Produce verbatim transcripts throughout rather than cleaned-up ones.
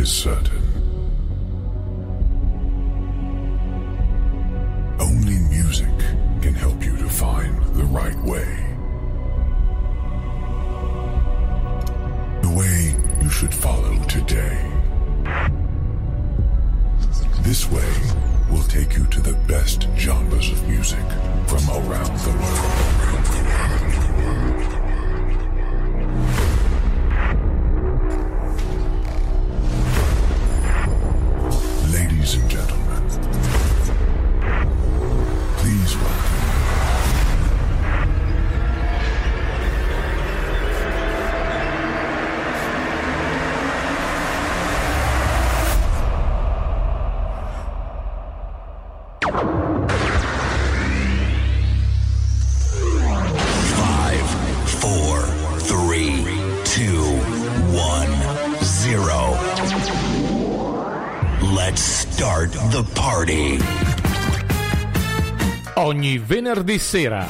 is certain. Only music can help you to find the right way. The way you should follow today. This way will take you to the best genres of music from around the world. Ladies and gentlemen, please welcome Five, four, three, two, one, zero. Let's start the party. Ogni venerdì sera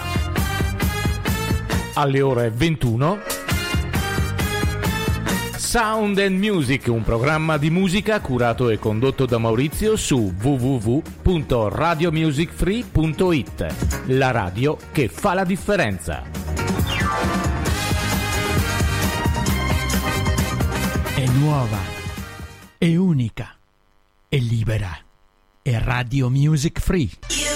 alle ore ventuno Sound and Music, un programma di musica curato e condotto da Maurizio su w w w punto radio music free punto i t, la radio che fa la differenza. È nuova, è unica, è libera, è Radio Music Free.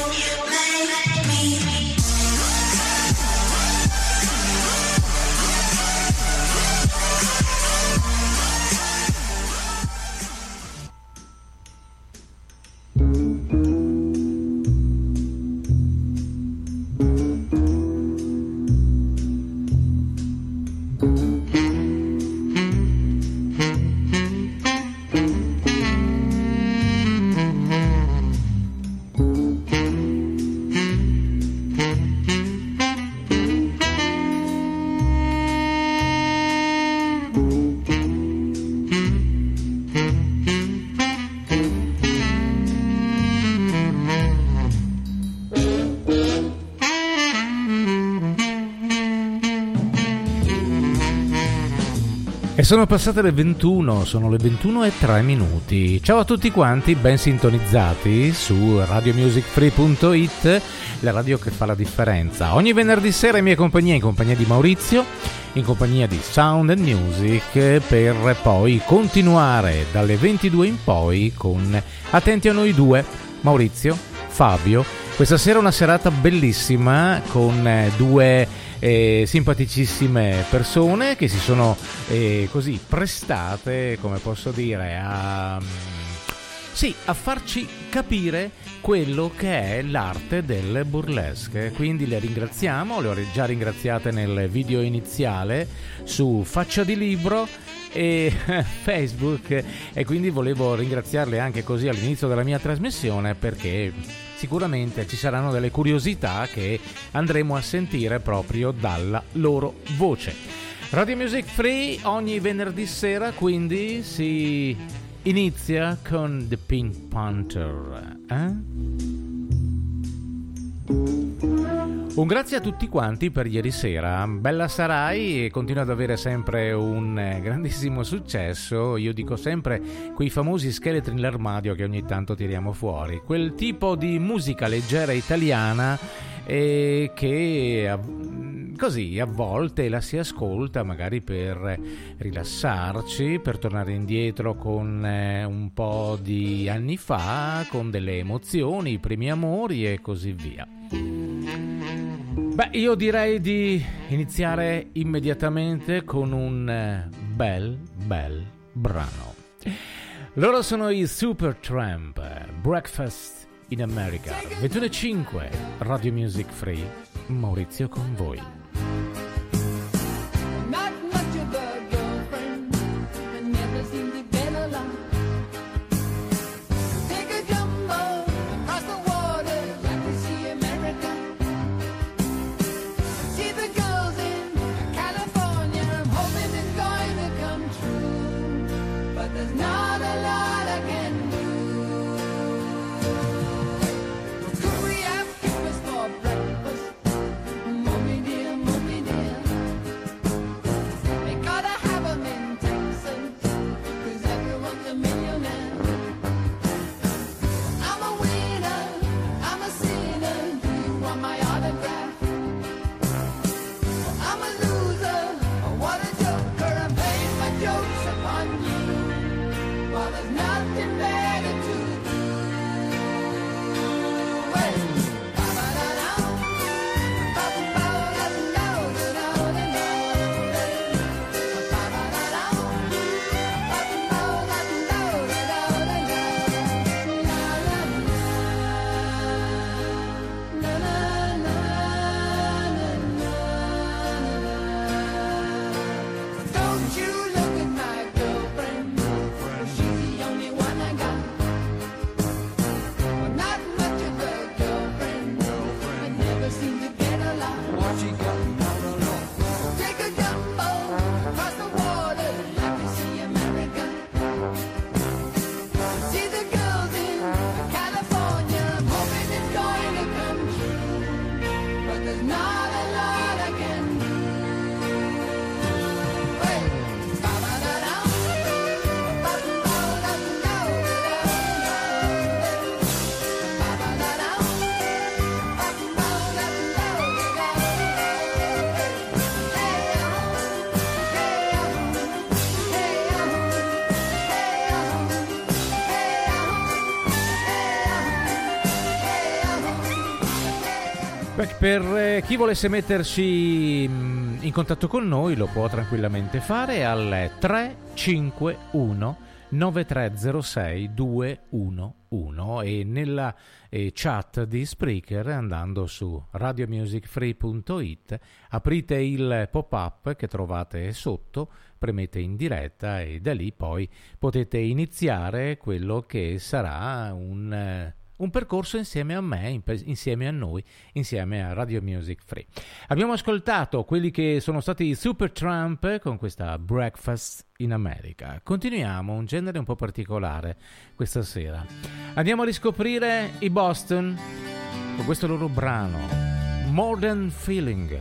E sono passate le ventuno, sono le ventuno e tre minuti. Ciao a tutti quanti, ben sintonizzati su radio music free punto i t, la radio che fa la differenza. Ogni venerdì sera in mia compagnia, in compagnia di Maurizio, in compagnia di Sound and Music, per poi continuare dalle ventidue in poi con Attenti a noi due, Maurizio, Fabio. Questa sera una serata bellissima con due Eh, simpaticissime persone che si sono eh, così prestate, come posso dire, a sì, a farci capire quello che è l'arte del burlesque. Quindi le ringraziamo, le ho già ringraziate nel video iniziale su Faccia di Libro e Facebook, e quindi volevo ringraziarle anche così all'inizio della mia trasmissione, perché sicuramente ci saranno delle curiosità che andremo a sentire proprio dalla loro voce. Radio Music Free ogni venerdì sera, quindi si inizia con The Pink Panther. Eh? Un grazie a tutti quanti per ieri sera. Bella Sarai continua ad avere sempre un grandissimo successo. Io dico sempre quei famosi scheletri nell'armadio che ogni tanto tiriamo fuori. Quel tipo di musica leggera italiana eh, che a, così a volte la si ascolta magari per rilassarci, per tornare indietro con eh, un po' di anni fa, con delle emozioni, i primi amori e così via. Beh, io direi di iniziare immediatamente con un bel, bel brano. Loro sono i Supertramp, Breakfast in America, ventuno e cinque, Radio Music Free, Maurizio con voi. Could we have Christmas for breakfast? Mommy dear, Per chi volesse mettersi in contatto con noi lo può tranquillamente fare al tre cinque uno nove tre zero sei due uno uno e nella eh, chat di Spreaker, andando su radio music free punto it, aprite il pop-up che trovate sotto, premete in diretta e da lì poi potete iniziare quello che sarà un... Eh, un percorso insieme a me, insieme a noi, insieme a Radio Music Free. Abbiamo ascoltato quelli che sono stati i Supertramp con questa Breakfast in America. Continuiamo, un genere un po' particolare questa sera. Andiamo a riscoprire i Boston con questo loro brano, More Than Feeling.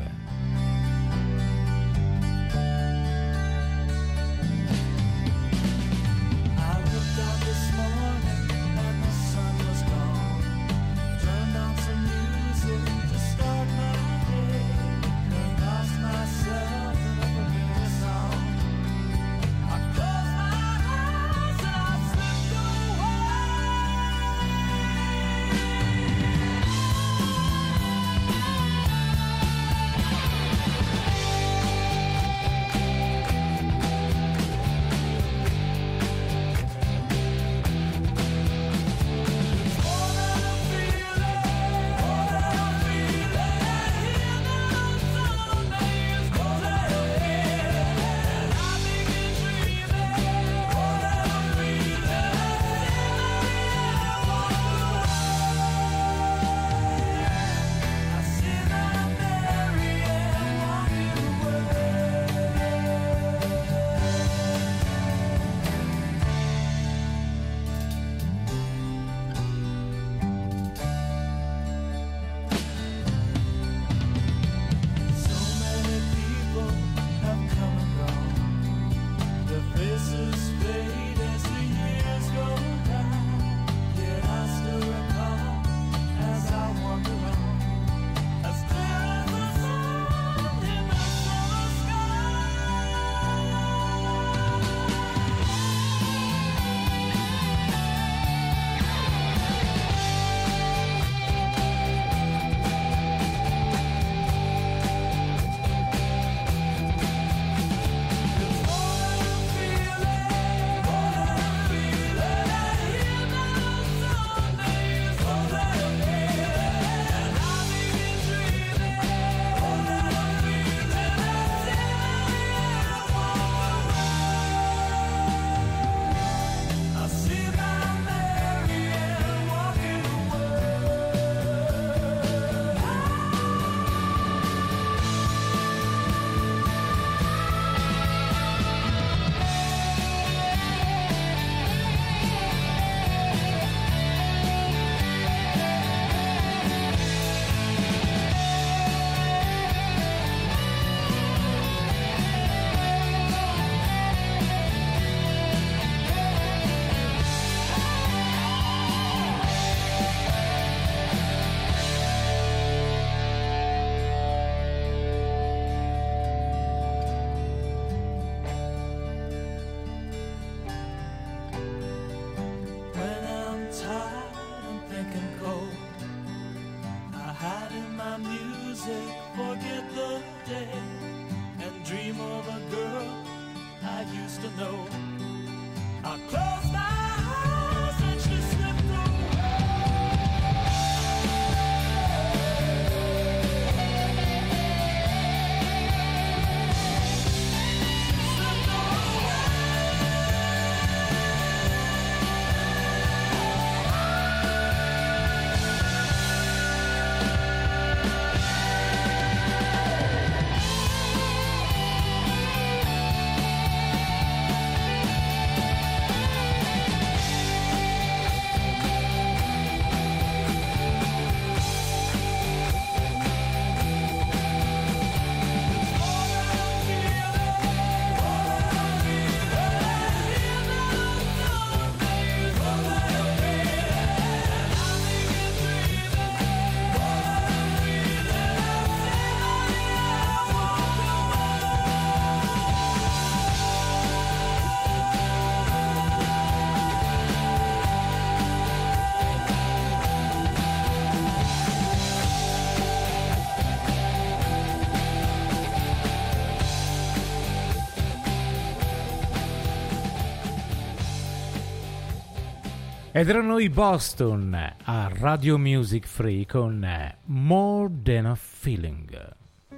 Ed erano i Boston a Radio Music Free con More Than a Feeling.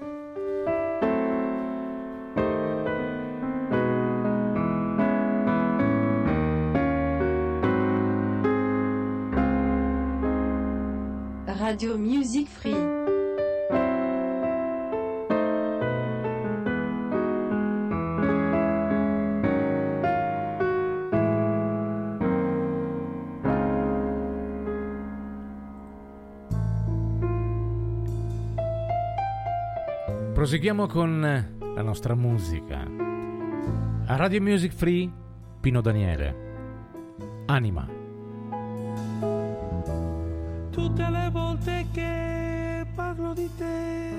Radio Music Free. Proseguiamo con la nostra musica. A Radio Music Free, Pino Daniele, Anima. Tutte le volte che parlo di te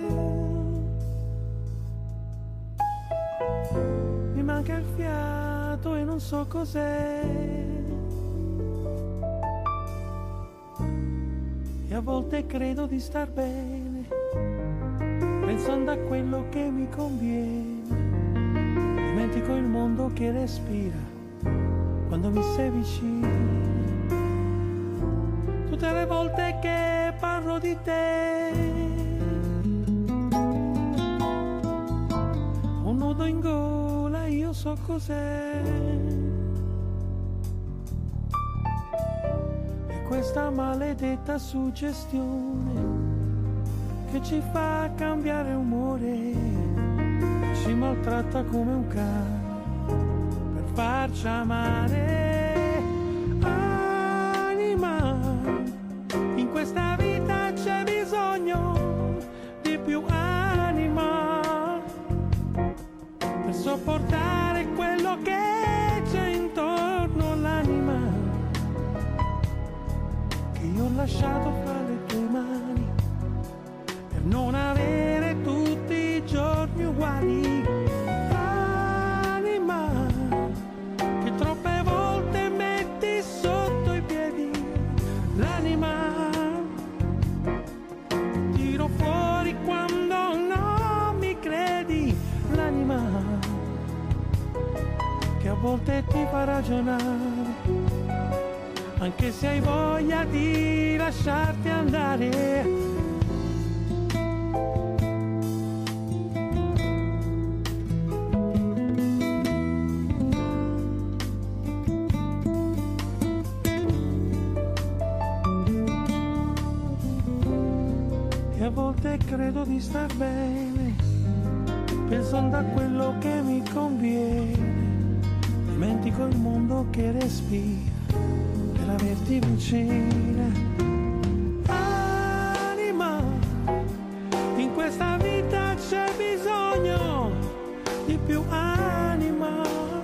mi manca il fiato e non so cos'è, e a volte credo di star bene pensando a quello che mi conviene. Dimentico il mondo che respira quando mi sei vicino. Tutte le volte che parlo di te ho un nodo in gola, io so cos'è, e questa maledetta suggestione che ci fa cambiare umore, ci maltratta come un cane per farci amare. Anima, in questa vita c'è bisogno di più anima per sopportare quello che c'è intorno all'anima che io ho lasciato fra le tue mani, non avere tutti i giorni uguali. Anima, che troppe volte metti sotto i piedi l'anima, tiro fuori quando non mi credi. L'anima che a volte ti fa ragionare, anche se hai voglia di lasciarti andare. A volte credo di star bene pensando a quello che mi conviene. Dimentico il mondo che respira per averti vicina. Anima, in questa vita c'è bisogno di più anima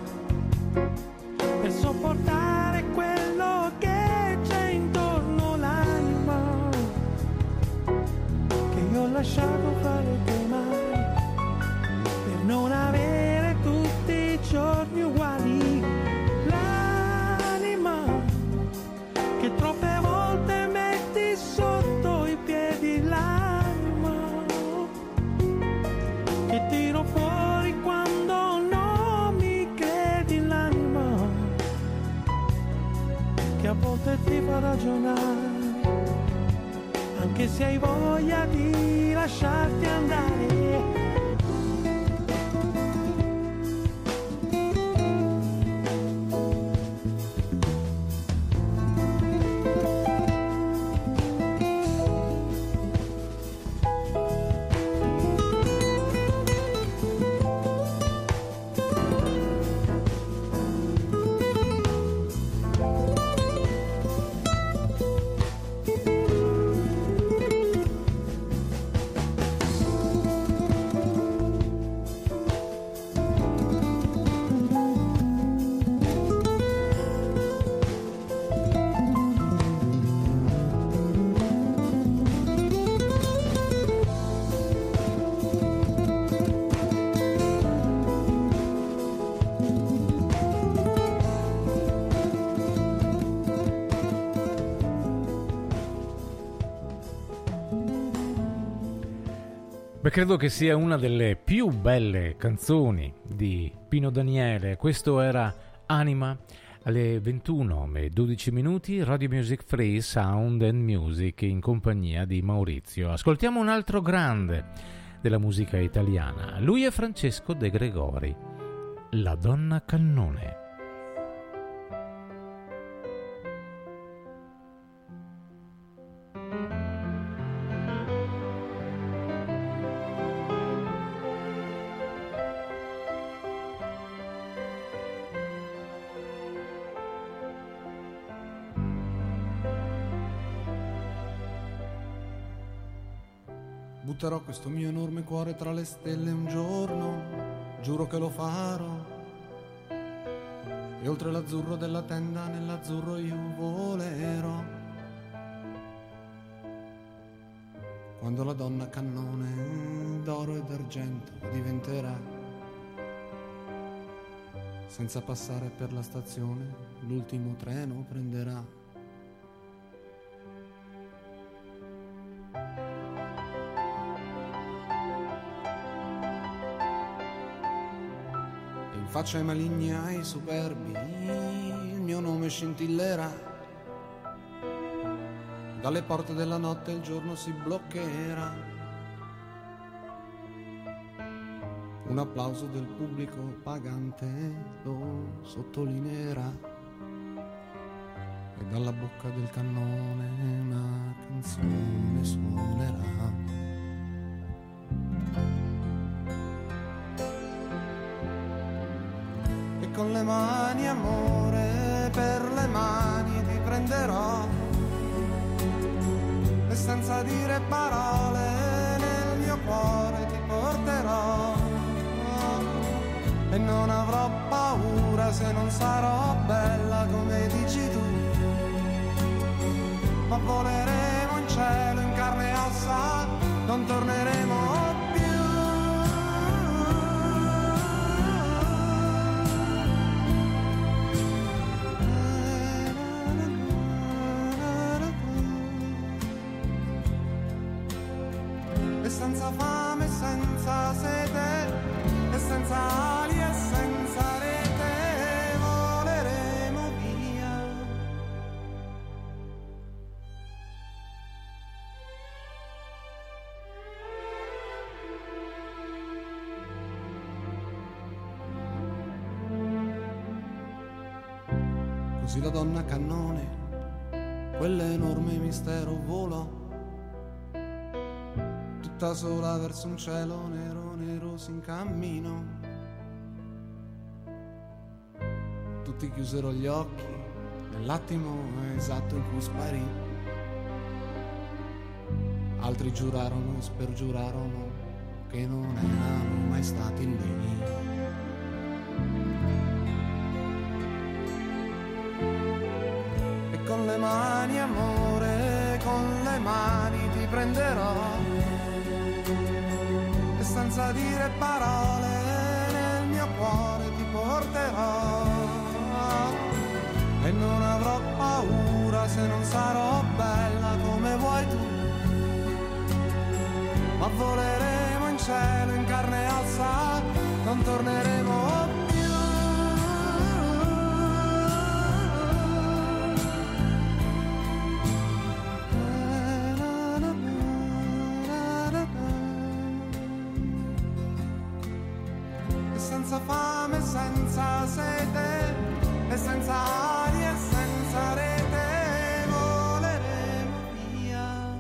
per sopportare quello che c'è intorno l'anima che io ho lasciato fra le tue mani per non avere tutti i giorni uguali. L'anima che troppe volte metti sotto i piedi, l'anima che tiro fuori quando non mi credi, l'anima che a volte ti fa ragionare, anche se hai voglia di lasciarti andare. Beh, credo che sia una delle più belle canzoni di Pino Daniele. Questo era Anima. Alle ventuno e dodici minuti Radio Music Free, Sound and Music in compagnia di Maurizio. Ascoltiamo un altro grande della musica italiana. Lui è Francesco De Gregori, La donna cannone. Butterò questo mio enorme cuore tra le stelle un giorno, giuro che lo farò. E oltre l'azzurro della tenda, nell'azzurro io volerò. Quando la donna cannone d'oro e d'argento diventerà, senza passare per la stazione, l'ultimo treno prenderà. Faccia ai maligni, ai superbi, il mio nome scintillerà. Dalle porte della notte il giorno si bloccherà. Un applauso del pubblico pagante lo sottolineerà. E dalla bocca del cannone una canzone suonerà. Con le mani amore, per le mani ti prenderò e senza dire parole nel mio cuore ti porterò e non avrò paura se non sarò bella come dici tu, ma voleremo in cielo in carne e ossa, non torneremo più. Senza fame, senza sete, e senza ali e senza rete, voleremo via. Così la donna cannone, quell'enorme mistero volò tutta sola verso un cielo nero, nero s'incammino. Tutti chiusero gli occhi nell'attimo esatto in cui sparì. Altri giurarono e spergiurarono che non erano mai stati lì. E con le mani amore, con le mani ti prenderò e senza dire parole nel mio cuore ti porterò e non avrò paura se non sarò bella come vuoi tu, ma voleremo in cielo in carne e ossa, non torneremo più. Senza fame, senza sete, e senza ali e senza rete, voleremo via.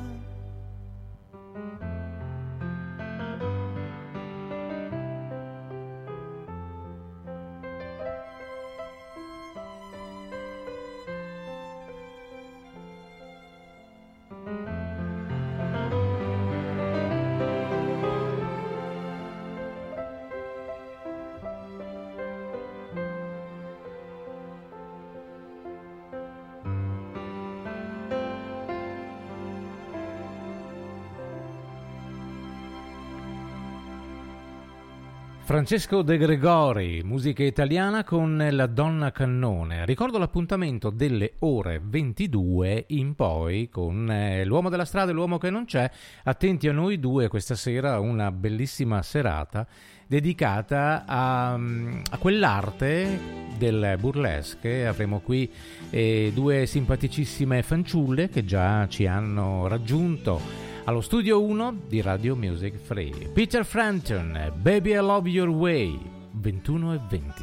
Francesco De Gregori, musica italiana con La Donna Cannone. Ricordo l'appuntamento delle ore ventidue in poi con eh, L'Uomo della Strada e L'Uomo che non c'è. Attenti a noi due questa sera, una bellissima serata dedicata a, a quell'arte del burlesque. Avremo qui eh, due simpaticissime fanciulle che già ci hanno raggiunto allo studio uno di Radio Music Free. Peter Frampton, Baby I Love Your Way, ventuno e venti.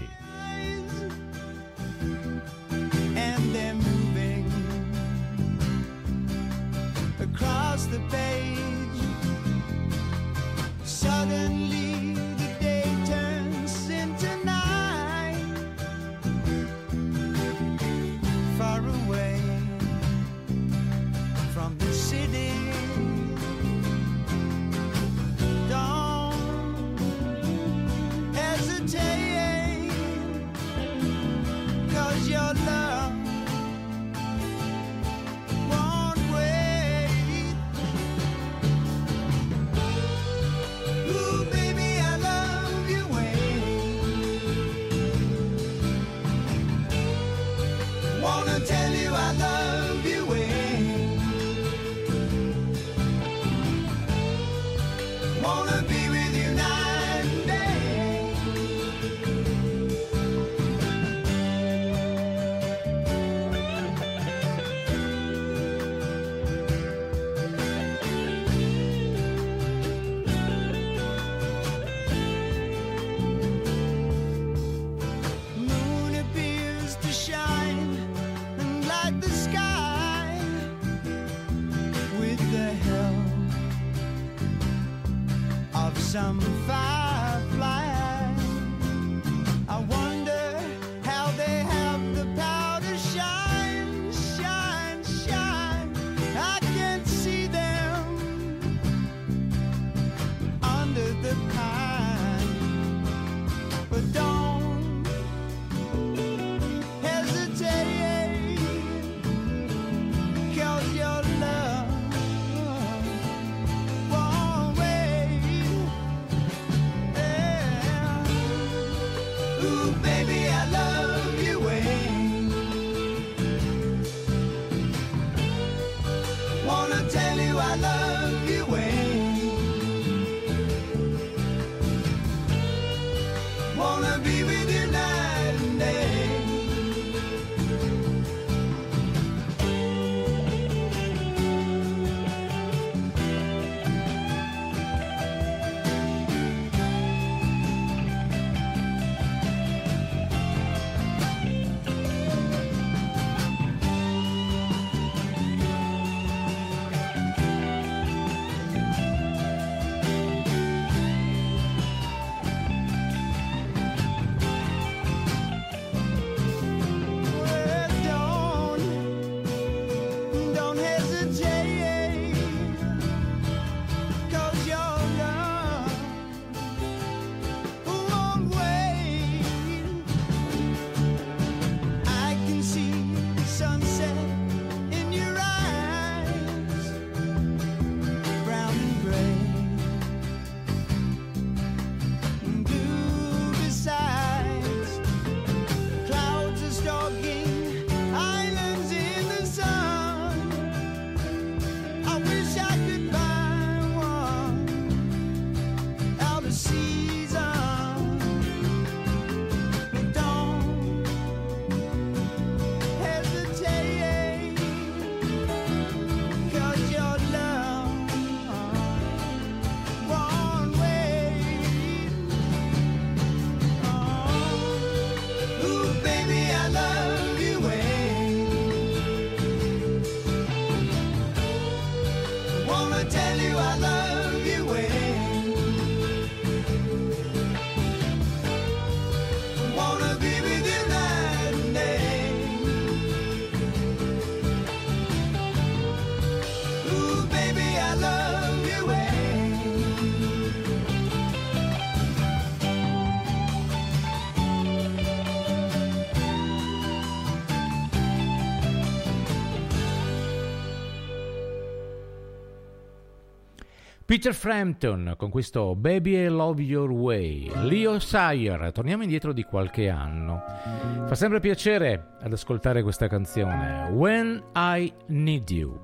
And they're moving across the page. Suddenly the day turns into night. Far away from the city. Cause your love won't wait. Ooh, baby, I love you wait. Wanna tell you I love you wait. Wanna be with you night and day. Some firefly. I wonder how they have the power to shine, shine, shine. I can see them under the pine, but don't hesitate, 'cause your love won't wait. Peter Frampton con questo Baby I Love Your Way. Leo Sayer, torniamo indietro di qualche anno. Fa sempre piacere ad ascoltare questa canzone, When I Need You.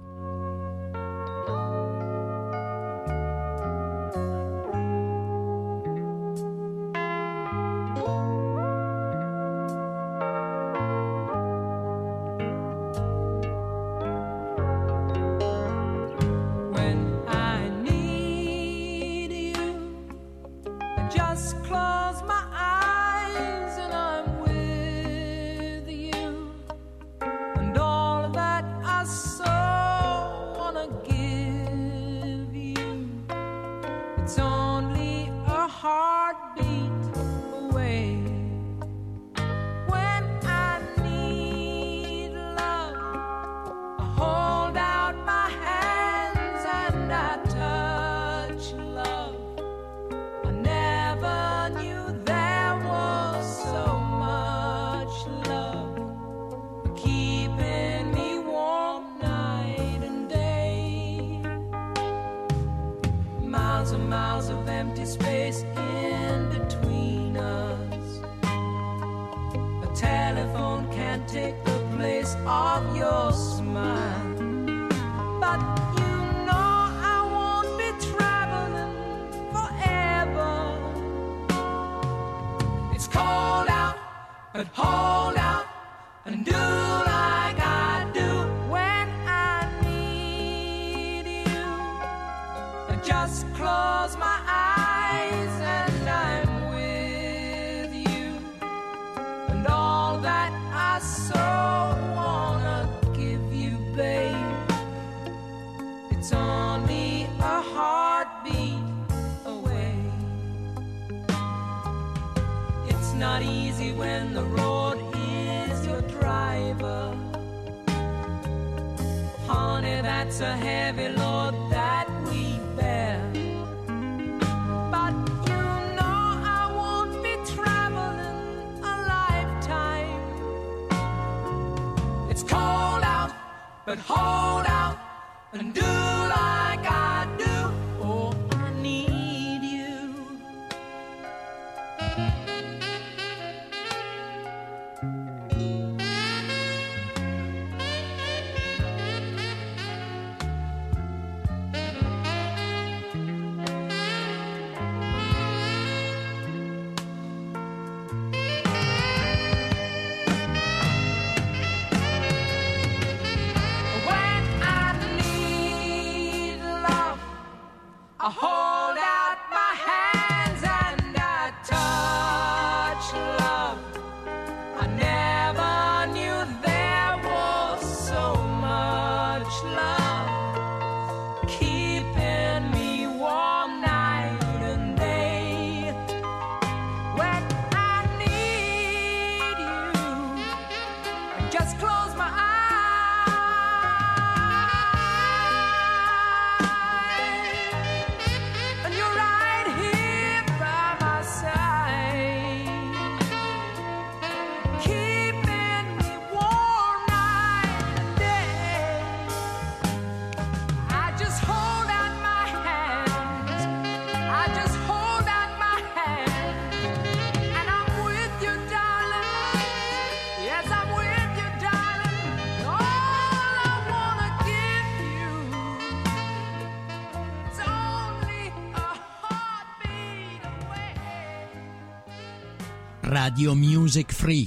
Radio Music Free.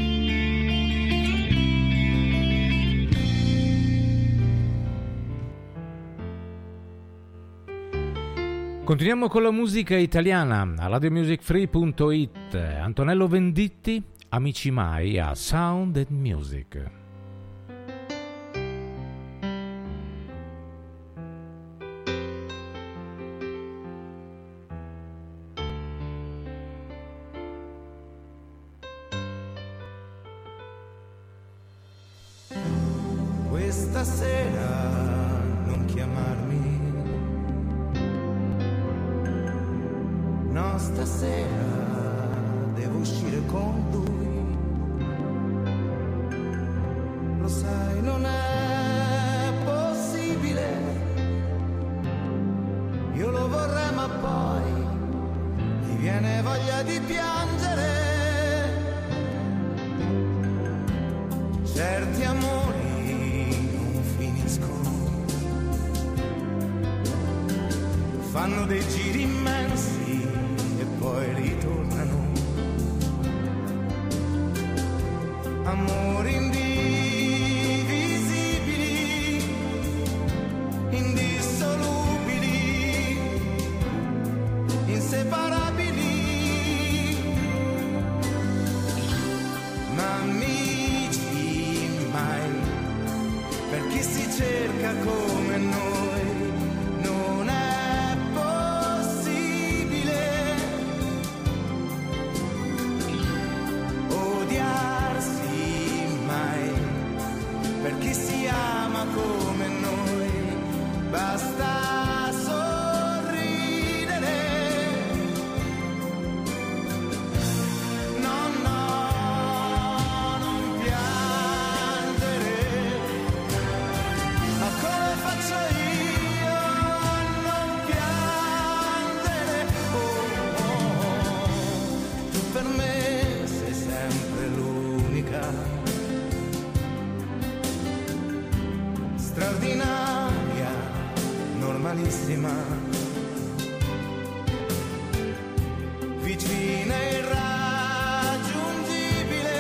Continuiamo con la musica italiana a radio music free punto it. Antonello Venditti, Amici Mai a Sound and Music. Questa sera non chiamarmi, no, stasera devo uscire con lui. Lo sai, non è possibile, io voglia di piangere. Certi amori non finiscono, fanno dei giri immensi e poi ritornano. Amori indivisibili, indissolubili, inseparabili, ma amici mai, per chi si cerca come noi, non è possibile odiarsi mai, per chi si ama come noi, basta sorridere. No, no, non piangere, ma come faccio io a non piangere? Oh, oh, oh. Tu per me sei sempre l'unica, straordinaria, normalissima, vicina e irraggiungibile,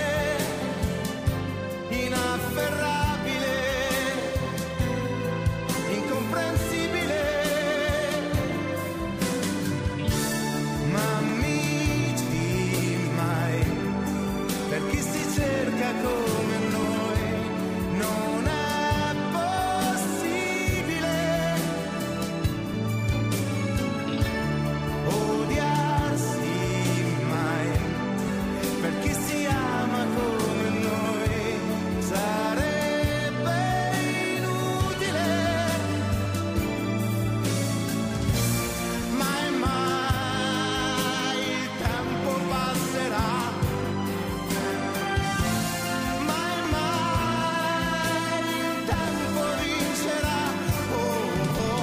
inafferrabile, incomprensibile, ma amici mai, per chi si cerca come noi, non è possibile odiarsi mai, per chi si ama come noi, sarebbe inutile, mai mai il tempo passerà, mai mai il tempo vincerà. Oh, oh, oh.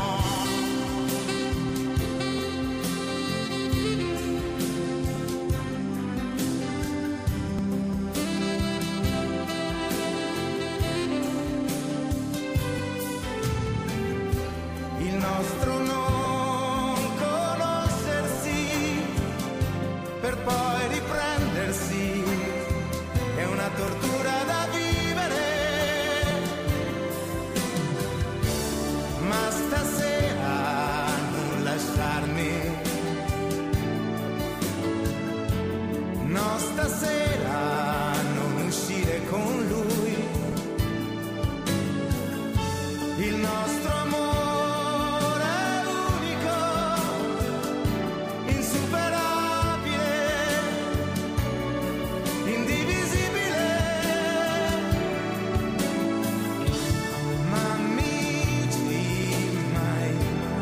Il nostro non conoscersi per poi riprendersi è una tortura da vivere, ma stasera non lasciarmi, no, stasera non uscire con lui. Il nostro amore è unico, insuperabile, indivisibile, ma amici mai.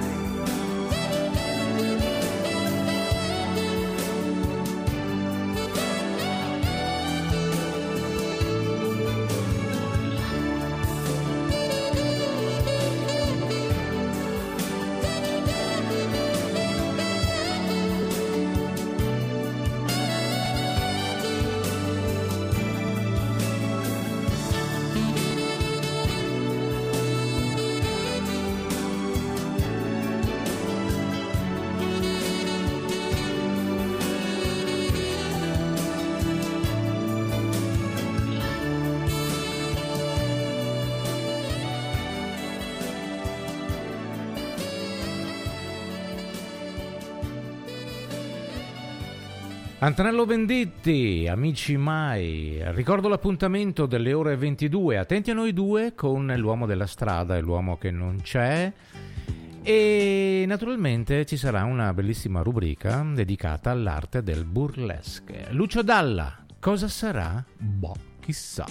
Antonello Venditti, amici mai. Ricordo l'appuntamento delle ore ventidue, attenti a noi due, con l'uomo della strada e l'uomo che non c'è. E naturalmente ci sarà una bellissima rubrica dedicata all'arte del burlesque. Lucio Dalla, cosa sarà? Boh, chissà.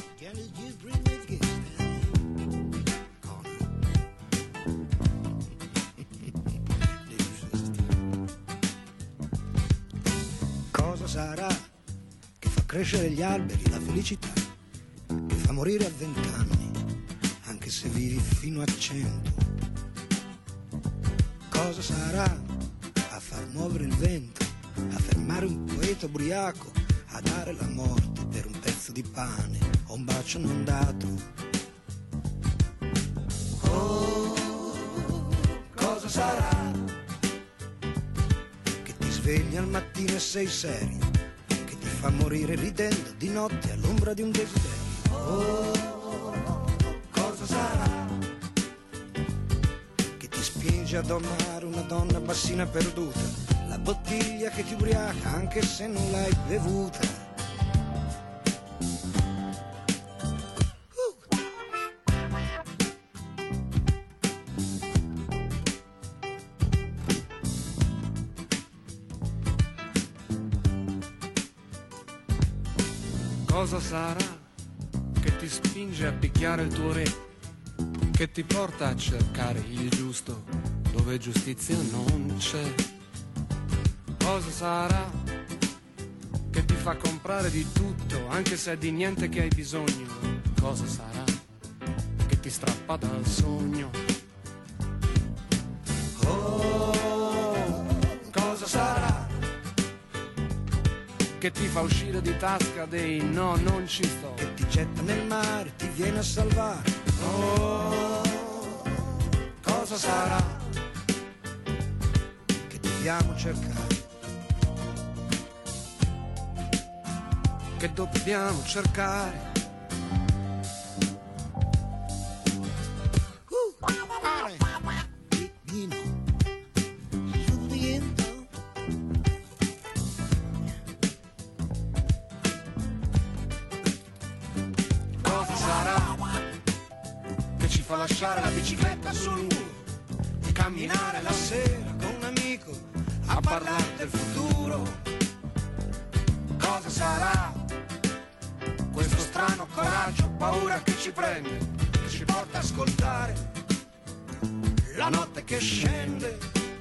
Cosa sarà che fa crescere gli alberi, la felicità, che fa morire a vent'anni, anche se vivi fino a cento? Cosa sarà a far muovere il vento, a fermare ubriaco a dare la morte per un pezzo di pane o un bacio non dato. Oh, cosa sarà che ti svegli al mattino e sei serio, che ti fa morire ridendo di notte all'ombra di un desiderio? Oh, cosa sarà che ti spinge ad amare una donna bassina perduta, la bottiglia che ti ubriaca anche se non l'hai bevuta? Cosa sarà che ti spinge a picchiare il tuo re, che ti porta a cercare il giusto dove giustizia non c'è? Cosa sarà che ti fa comprare di tutto anche se è di niente che hai bisogno? Cosa sarà che ti strappa dal sogno? Oh, cosa sarà che ti fa uscire di tasca dei no, non ci sto, che ti getta nel mare, ti viene a salvare? Oh, cosa sarà che dobbiamo cercare, che dobbiamo cercare? fa lasciare la bicicletta sul muro, camminare la sera con un amico a parlare del futuro? Cosa sarà questo strano coraggio, paura che ci prende, che ci porta a ascoltare la notte che scende?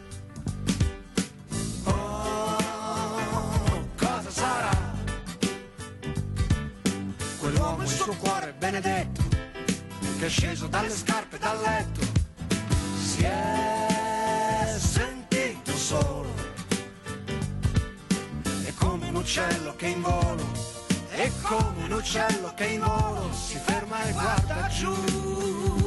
Oh, cosa sarà quell'uomo e il suo cuore benedetto che è sceso dalle scarpe dal letto, si è sentito solo, è come un uccello che in volo, è come un uccello che in volo si ferma e guarda giù.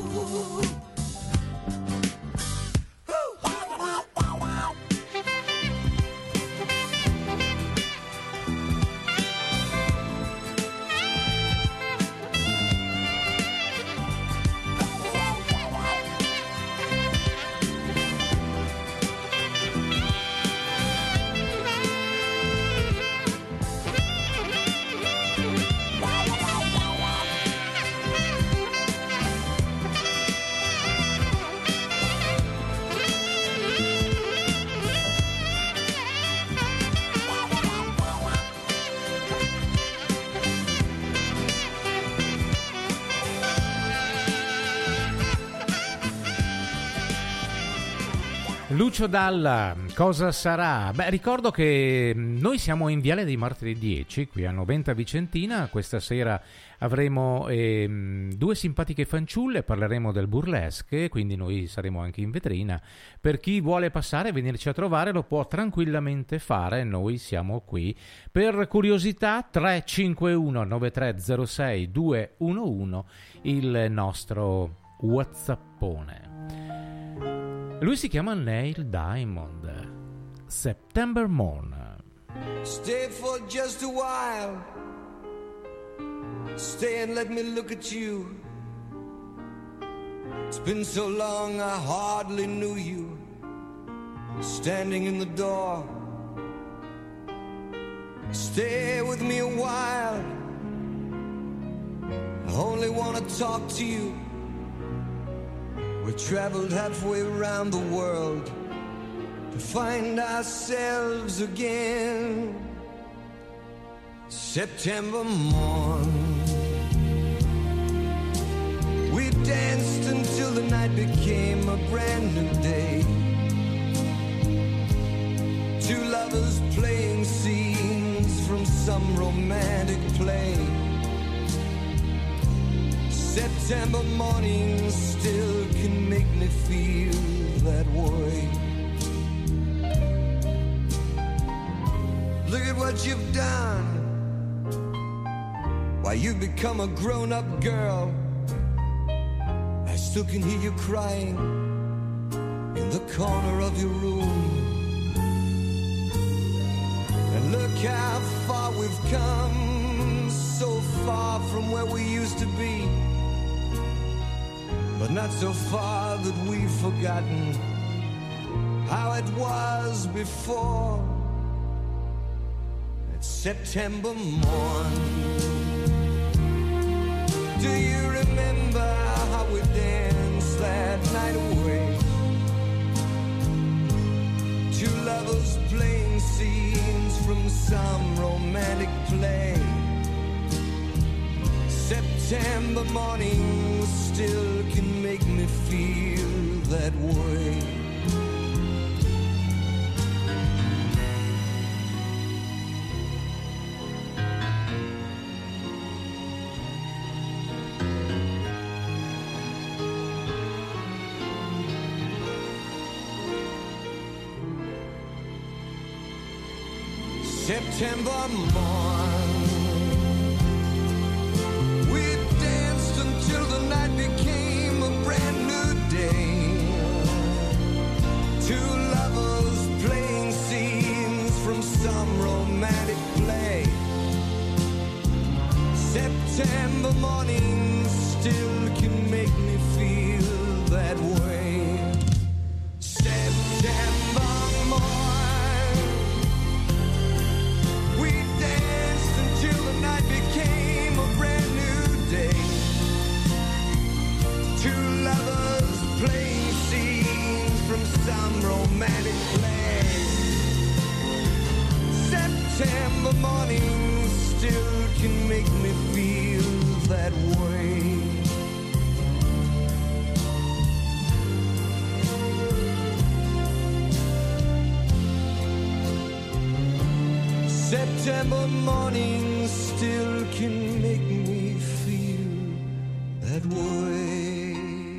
Lucio Dalla, cosa sarà? Beh, ricordo che noi siamo in Viale dei Martiri dieci, qui a Noventa Vicentina. Questa sera avremo eh, due simpatiche fanciulle, parleremo del burlesque, quindi noi saremo anche in vetrina. Per chi vuole passare e venirci a trovare lo può tranquillamente fare, noi siamo qui. Per curiosità, tre cinque uno nove tre zero sei due uno uno, il nostro whatsappone. Lui si chiama Neil Diamond. September Morn. Stay for just a while. Stay and let me look at you. It's been so long I hardly knew you. Standing in the door. Stay with me a while. I only want to talk to you. We traveled halfway around the world to find ourselves again. September morn, we danced until the night became a brand new day. Two lovers playing scenes from some romantic play. September mornings still can make me feel that way. look at what you've done. Why, you've become a grown-up girl. I still can hear you crying in the corner of your room. And look how far we've come, so far from where we used to be, but not so far that we've forgotten how it was before. It's September morn. Do you remember how we danced that night away? Two lovers playing scenes from some romantic play. September morning still can make me feel that way. September morn, we danced until the night became a brand new day. Two lovers playing scenes from some romantic play. September morning still can make me feel that way. September morning, till the night became a brand new day. Two lovers playing scenes from some romantic play. September morning still can make me feel that way. September morning still can make me feel that way.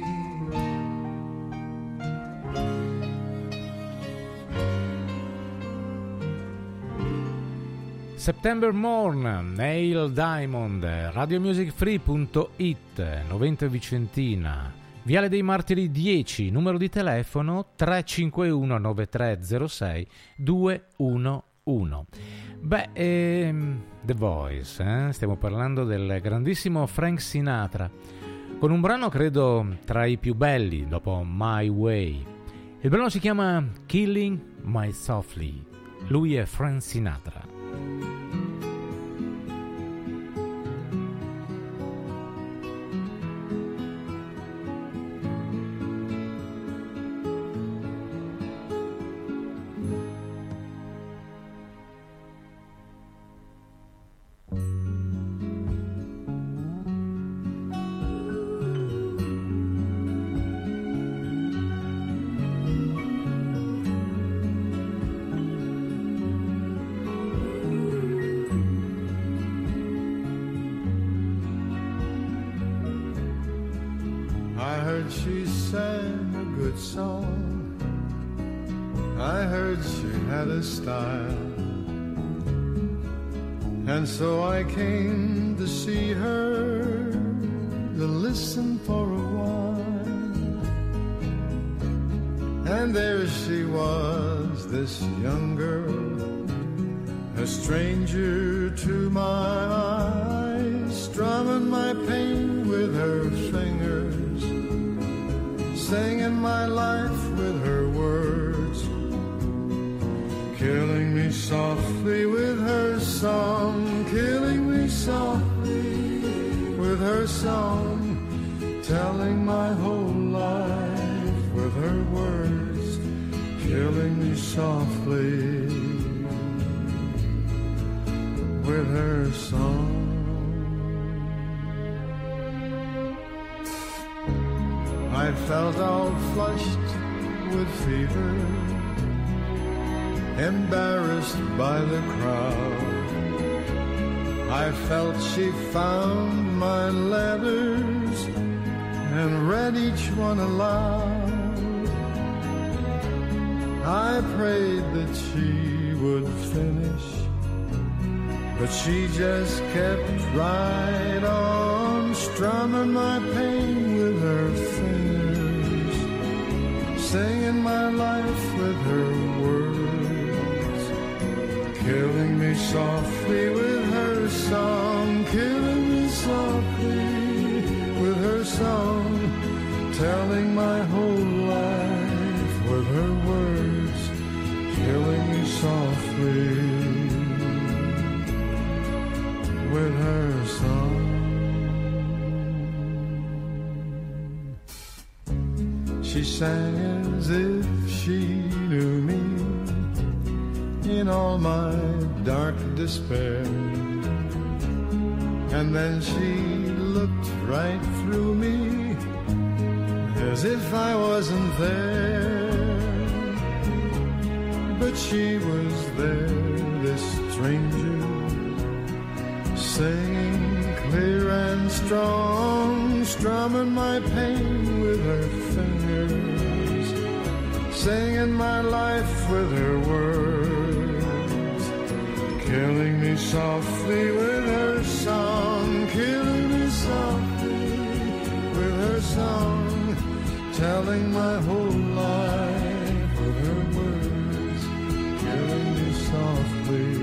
September Morn, Neil Diamond, radiomusicfree punto it, Noventa Vicentina, Viale dei Martiri dieci, numero di telefono tre cinque uno nove tre zero sei due uno uno. Beh, ehm, The Voice, eh? Stiamo parlando del grandissimo Frank Sinatra, con un brano credo tra i più belli dopo My Way. Il brano si chiama Killing My Softly. Lui è Frank Sinatra. She sang a good song. I heard she had a style, and so I came to see her, to listen for a while. And there she was, this young girl, a stranger to my eyes, strumming my pain with her fingers, singing my life with her words, killing me softly with her song, killing me softly with her song, telling my whole life with her words, killing me softly with her song. I felt all flushed with fever, embarrassed by the crowd. I felt she found my letters and read each one aloud. I prayed that she would finish but she just kept right on strumming my pain with her fingers, singing my life with her words, killing me softly with her song, killing me softly with her song, telling my whole life with her words, killing me softly with her song. She sang as if she knew me in all my dark despair, and then she looked right through me as if I wasn't there. But she was there, this stranger, singing clear and strong, strumming my pain with her fingers, singing my life with her words, killing me softly with her song, killing me softly with her song, telling my whole life with her words, killing me softly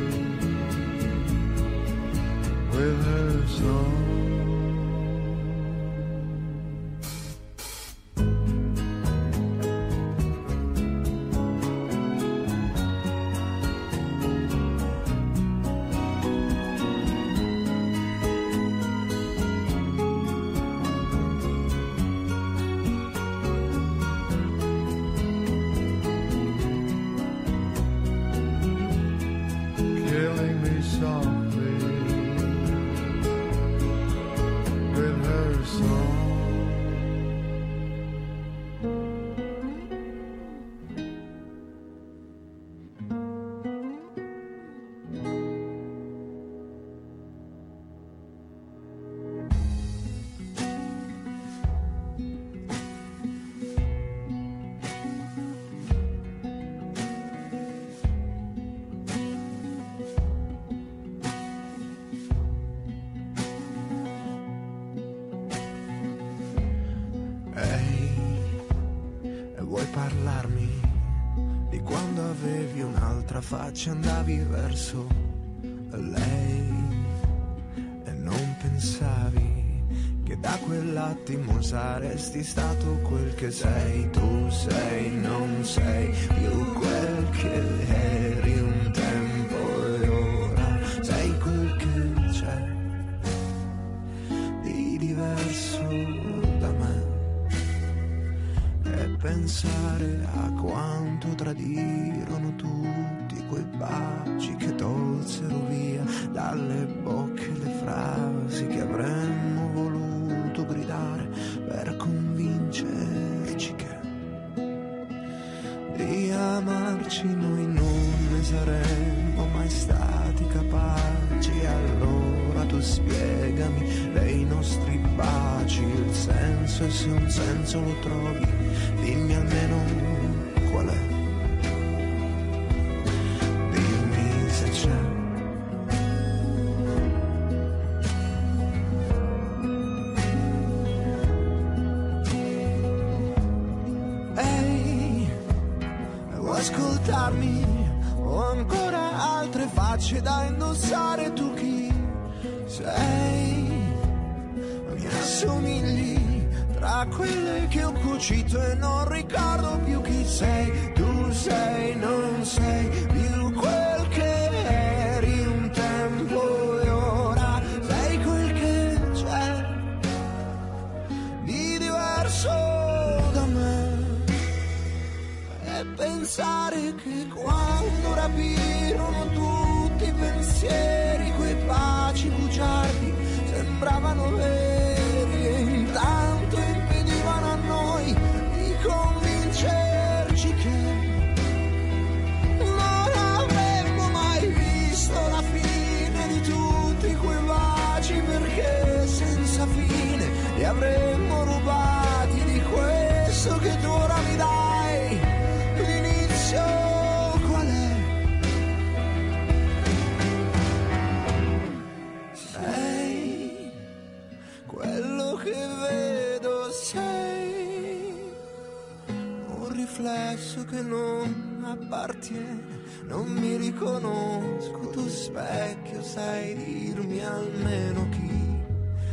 with her song. Faccia andavi verso lei e non pensavi che da quell'attimo saresti stato quel che sei. Tu sei, non sei più quel che eri un tempo e ora sei quel che c'è di diverso da me. E pensare a quanto tradirono tutti quei baci che tolsero via dalle bocche le frasi che avremmo voluto gridare per convincerci che di amarci noi non ne saremmo mai stati capaci. Allora tu spiegami dei nostri baci il senso, e se un senso lo trovi dimmi almeno qual è. Dimmi se c'è. Ehi, vuoi ascoltarmi? Ho ancora altre facce da indossare. Tu chi sei? Mi assomigli tra quelle che ho cucito e non ricordo più chi sei. Tu sei, non sei più quel che eri un tempo e ora sei quel che c'è di diverso da me. E pensare che quando rapirono tutti i pensieri, quei baci bugiardi sembravano veri e intanto impedivano a noi di convincerci che non avremmo mai visto la fine di tutti quei baci, perché senza fine li avremmo rubati di questo che tu ora mi dai. L'inizio qual è? che non appartiene. Non mi riconosco, tu specchio sai dirmi almeno chi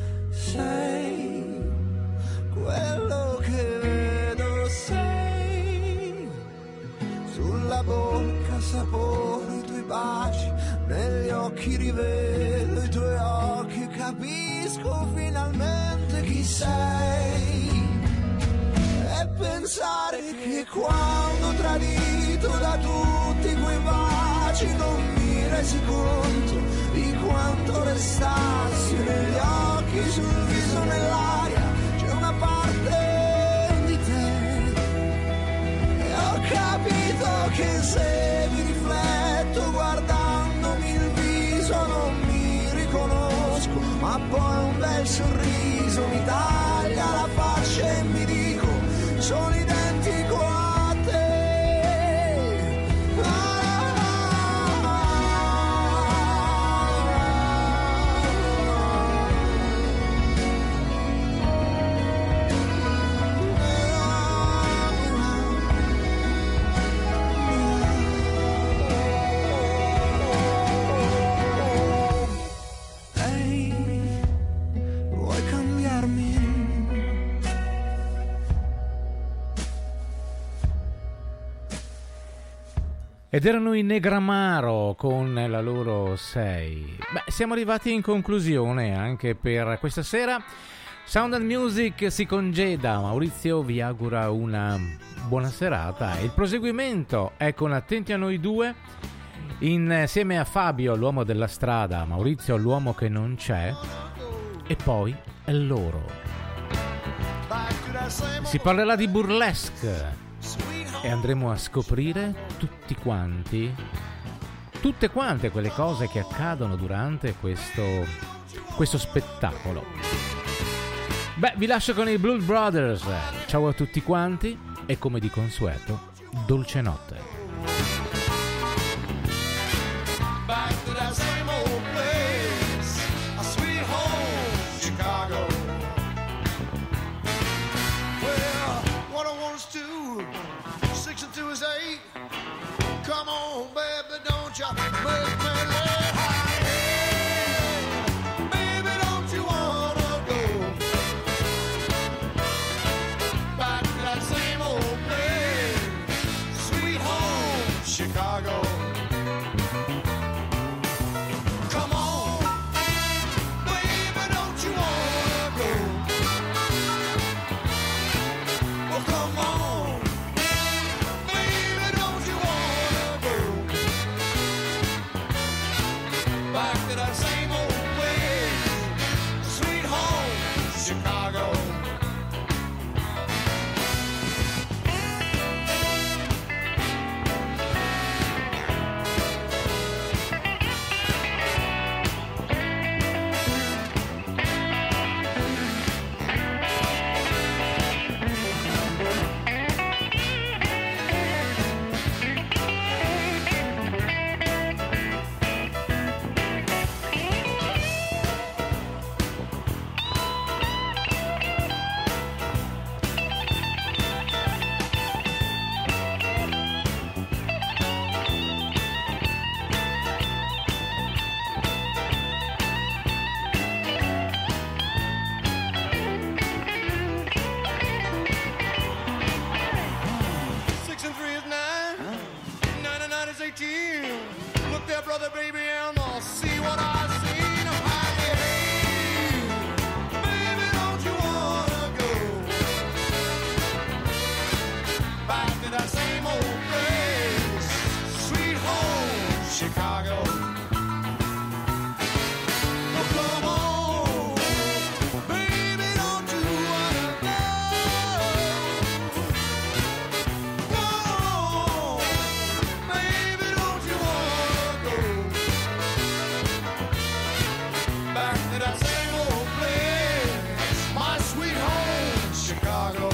sei. Quello che vedo sei, sulla bocca sapore i tuoi baci, negli occhi rivedo i tuoi occhi, capisco finalmente chi sei. E pensare che quando tradito da tutti quei baci non mi resi conto di quanto restassi negli occhi, sul viso, nell'aria, c'è una parte di te. E ho capito che se mi rifletto guardandomi il viso non mi riconosco, ma poi un bel sorriso mi taglia la faccia e mi dico sono identico a te. Ed erano i Negramaro con la loro sei. Beh, siamo arrivati in conclusione anche per questa sera. Sound and Music si congeda. Maurizio vi augura una buona serata. Il proseguimento è con Attenti a noi due, insieme a Fabio, l'uomo della strada, Maurizio, l'uomo che non c'è, e poi è loro. Si parlerà di burlesque e andremo a scoprire tutti quanti, tutte quante quelle cose che accadono durante questo, questo spettacolo. Beh, vi lascio con i Blues Brothers. Ciao a tutti quanti e come di consueto, dolce notte. Back to that same old place, a sweet home, Chicago. Well, what I want is two, six and two is eight. Come on, baby, don't you make me late. Hey, baby, don't you wanna go back to that same old place, sweet home, Chicago. Look there, brother, baby, and I'll see what I see. Hey, baby, don't you wanna go back to that same old place, sweet home, Chicago? Oh, come on, baby, don't you wanna go? Come on, baby, don't you wanna go back to that same old place, my sweet home, Chicago?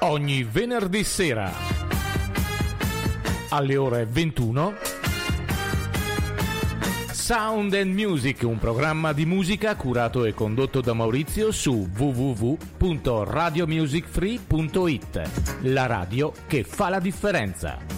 ogni venerdì sera alle ore ventuno. Sound and Music, un programma di musica curato e condotto da Maurizio su w w w punto radio music free punto it, la radio che fa la differenza.